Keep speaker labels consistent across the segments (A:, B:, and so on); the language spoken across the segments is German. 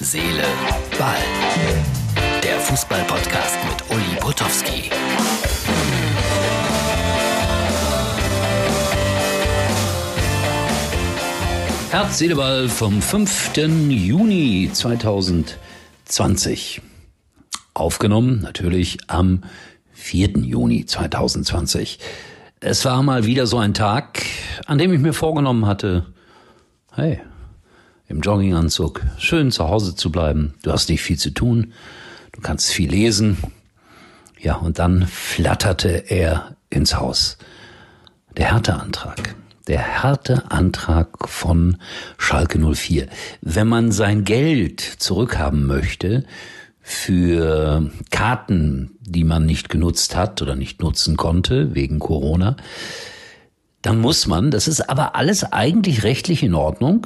A: Seele, Ball. Der Fußball-Podcast mit Uli Potowski. Herz, Seele, Ball vom 5. Juni 2020. Aufgenommen natürlich am 4. Juni 2020. Es war mal wieder so ein Tag, an dem ich mir vorgenommen hatte, hey, im Jogginganzug schön zu Hause zu bleiben. Du hast nicht viel zu tun, du kannst viel lesen. Ja, und dann flatterte er ins Haus. Der Härteantrag. Der Härteantrag von Schalke 04. Wenn man sein Geld zurückhaben möchte für Karten, die man nicht genutzt hat oder nicht nutzen konnte wegen Corona, dann muss man, das ist aber alles eigentlich rechtlich in Ordnung,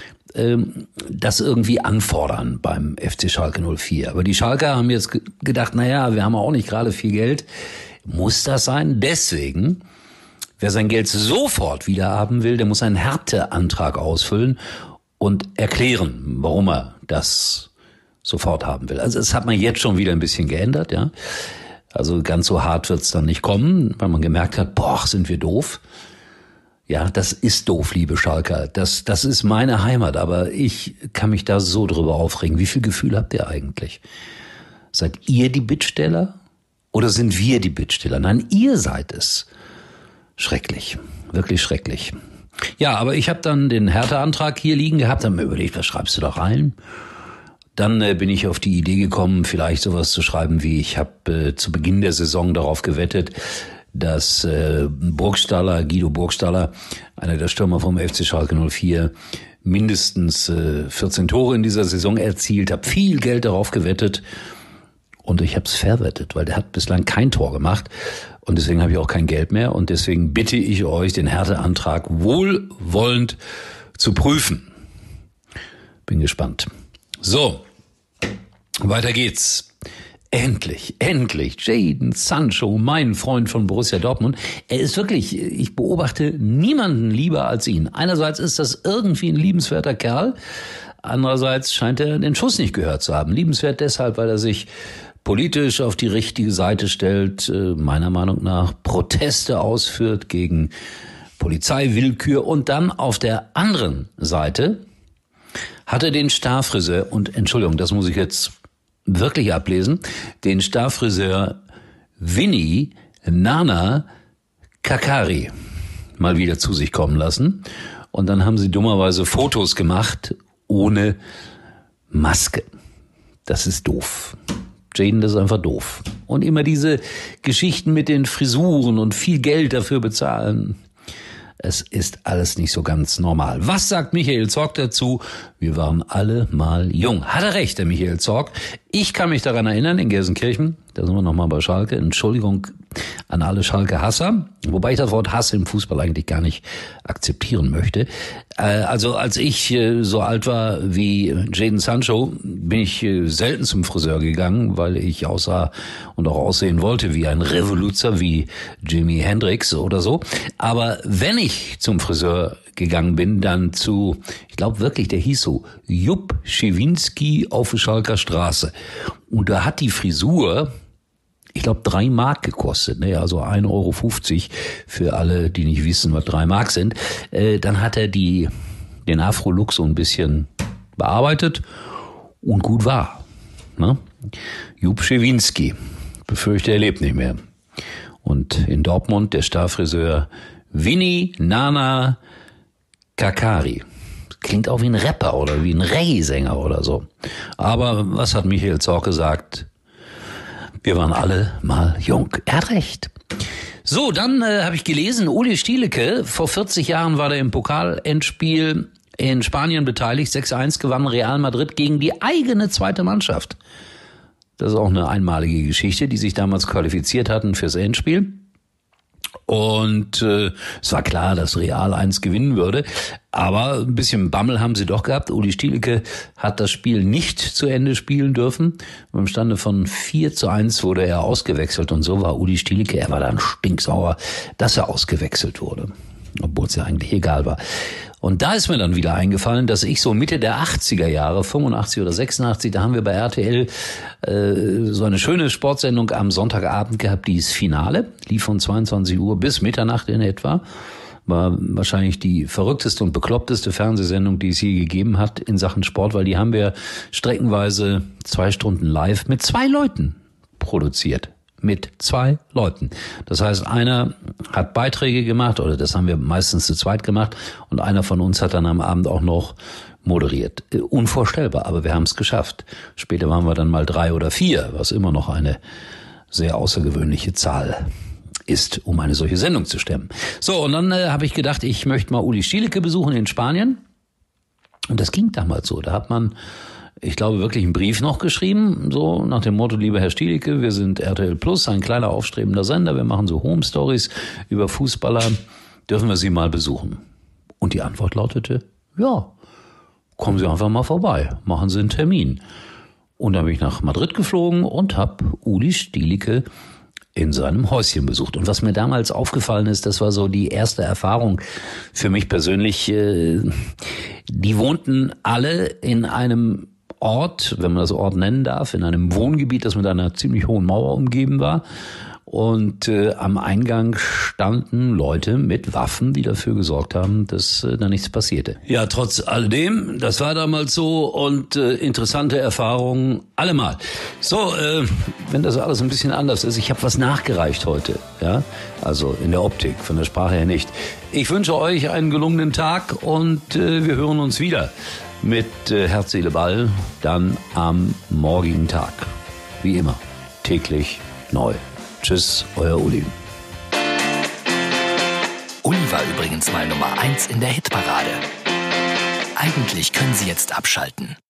A: das irgendwie anfordern beim FC Schalke 04. Aber die Schalker haben jetzt gedacht, naja, wir haben auch nicht gerade viel Geld. Muss das sein? Deswegen, wer sein Geld sofort wieder haben will, der muss einen Härteantrag ausfüllen und erklären, warum er das sofort haben will. Also das hat man jetzt schon wieder ein bisschen geändert, ja. Also ganz so hart wird's dann nicht kommen, weil man gemerkt hat, boah, sind wir doof. Ja, das ist doof, liebe Schalker. Das ist meine Heimat, aber ich kann mich da so drüber aufregen. Wie viel Gefühl habt ihr eigentlich? Seid ihr die Bittsteller oder sind wir die Bittsteller? Nein, ihr seid es. Schrecklich, wirklich schrecklich. Ja, aber ich habe dann den Härteantrag hier liegen gehabt, habe mir überlegt, was schreibst du da rein? Dann bin ich auf die Idee gekommen, vielleicht sowas zu schreiben wie, ich habe zu Beginn der Saison darauf gewettet, dass Guido Burgstaller, einer der Stürmer vom FC Schalke 04, mindestens 14 Tore in dieser Saison erzielt, habe viel Geld darauf gewettet und ich habe es verwettet, weil der hat bislang kein Tor gemacht und deswegen habe ich auch kein Geld mehr und deswegen bitte ich euch, den Härteantrag wohlwollend zu prüfen. Bin gespannt. So, weiter geht's. Endlich, Jadon Sancho, mein Freund von Borussia Dortmund. Er ist wirklich, ich beobachte niemanden lieber als ihn. Einerseits ist das irgendwie ein liebenswerter Kerl, andererseits scheint er den Schuss nicht gehört zu haben. Liebenswert deshalb, weil er sich politisch auf die richtige Seite stellt, meiner Meinung nach Proteste ausführt gegen Polizeiwillkür und dann auf der anderen Seite hat er den Starfriseur, und Entschuldigung, das muss ich jetzt wirklich ablesen, den Starfriseur Vinny Nana Kakari mal wieder zu sich kommen lassen. Und dann haben sie dummerweise Fotos gemacht ohne Maske. Das ist doof. Jadon, das ist einfach doof. Und immer diese Geschichten mit den Frisuren und viel Geld dafür bezahlen. Es ist alles nicht so ganz normal. Was sagt Michael Zorc dazu? Wir waren alle mal jung. Hat er recht, der Michael Zorc. Ich kann mich daran erinnern, in Gelsenkirchen, da sind wir nochmal bei Schalke, Entschuldigung an alle Schalke-Hasser, wobei ich das Wort Hass im Fußball eigentlich gar nicht akzeptieren möchte. Also als ich so alt war wie Jadon Sancho, bin ich selten zum Friseur gegangen, weil ich aussah und auch aussehen wollte wie ein Revoluzer, wie Jimi Hendrix oder so. Aber wenn ich zum Friseur gegangen bin, dann zu, ich glaube wirklich, der hieß so, Jupp Schewinski auf der Schalker Straße. Und da hat die Frisur, ich glaube, 3 Mark gekostet, ne? Also 1,50 Euro für alle, die nicht wissen, was 3 Mark sind. Dann hat er den Afro-Look so ein bisschen bearbeitet und gut war. Ne? Jupp Schewinski, befürchte, er lebt nicht mehr. Und in Dortmund der Starfriseur Vinny Nana Kakari. Klingt auch wie ein Rapper oder wie ein Reggae-Sänger oder so. Aber was hat Michael Zorc gesagt? Wir waren alle mal jung. Er hat recht. So, dann habe ich gelesen, Uli Stieleke, vor 40 Jahren war der im Pokalendspiel in Spanien beteiligt. 6-1 gewann Real Madrid gegen die eigene zweite Mannschaft. Das ist auch eine einmalige Geschichte, die sich damals qualifiziert hatten fürs Endspiel. Und es war klar, dass Real 1 gewinnen würde. Aber ein bisschen Bammel haben sie doch gehabt. Uli Stieleke hat das Spiel nicht zu Ende spielen dürfen. Beim Stande von 4-1 wurde er ausgewechselt. Und so war Uli Stieleke, er war dann stinksauer, dass er ausgewechselt wurde. Obwohl es ja eigentlich egal war. Und da ist mir dann wieder eingefallen, dass ich so Mitte der 80er Jahre, 85 oder 86, da haben wir bei RTL so eine schöne Sportsendung am Sonntagabend gehabt, die ist Finale, lief von 22 Uhr bis Mitternacht in etwa. War wahrscheinlich die verrückteste und bekloppteste Fernsehsendung, die es je gegeben hat in Sachen Sport, weil die haben wir streckenweise 2 Stunden live mit 2 Leuten produziert. Mit 2 Leuten. Das heißt, einer hat Beiträge gemacht, oder das haben wir meistens zu zweit gemacht, und einer von uns hat dann am Abend auch noch moderiert. Unvorstellbar, aber wir haben es geschafft. Später waren wir dann mal 3 oder 4, was immer noch eine sehr außergewöhnliche Zahl ist, um eine solche Sendung zu stemmen. So, und dann habe ich gedacht, ich möchte mal Uli Stielike besuchen in Spanien. Und das ging damals so. Da hat man, ich glaube, wirklich einen Brief noch geschrieben, so nach dem Motto: Lieber Herr Stielike, wir sind RTL Plus, ein kleiner aufstrebender Sender, wir machen so Home Stories über Fußballer, dürfen wir Sie mal besuchen? Und die Antwort lautete: ja, kommen Sie einfach mal vorbei, machen Sie einen Termin. Und dann bin ich nach Madrid geflogen und habe Uli Stielike in seinem Häuschen besucht. Und was mir damals aufgefallen ist, das war so die erste Erfahrung für mich persönlich, die wohnten alle in einem Ort, wenn man das Ort nennen darf, in einem Wohngebiet, das mit einer ziemlich hohen Mauer umgeben war. Und am Eingang standen Leute mit Waffen, die dafür gesorgt haben, dass da nichts passierte. Ja, trotz alledem, das war damals so, und interessante Erfahrungen allemal. So, wenn das alles ein bisschen anders ist, ich habe was nachgereicht heute, ja, also in der Optik, von der Sprache her nicht. Ich wünsche euch einen gelungenen Tag und wir hören uns wieder mit Herz, Seele, Ball dann am morgigen Tag. Wie immer, täglich neu. Tschüss, euer Uli.
B: Uli war übrigens mal Nummer 1 in der Hitparade. Eigentlich können Sie jetzt abschalten.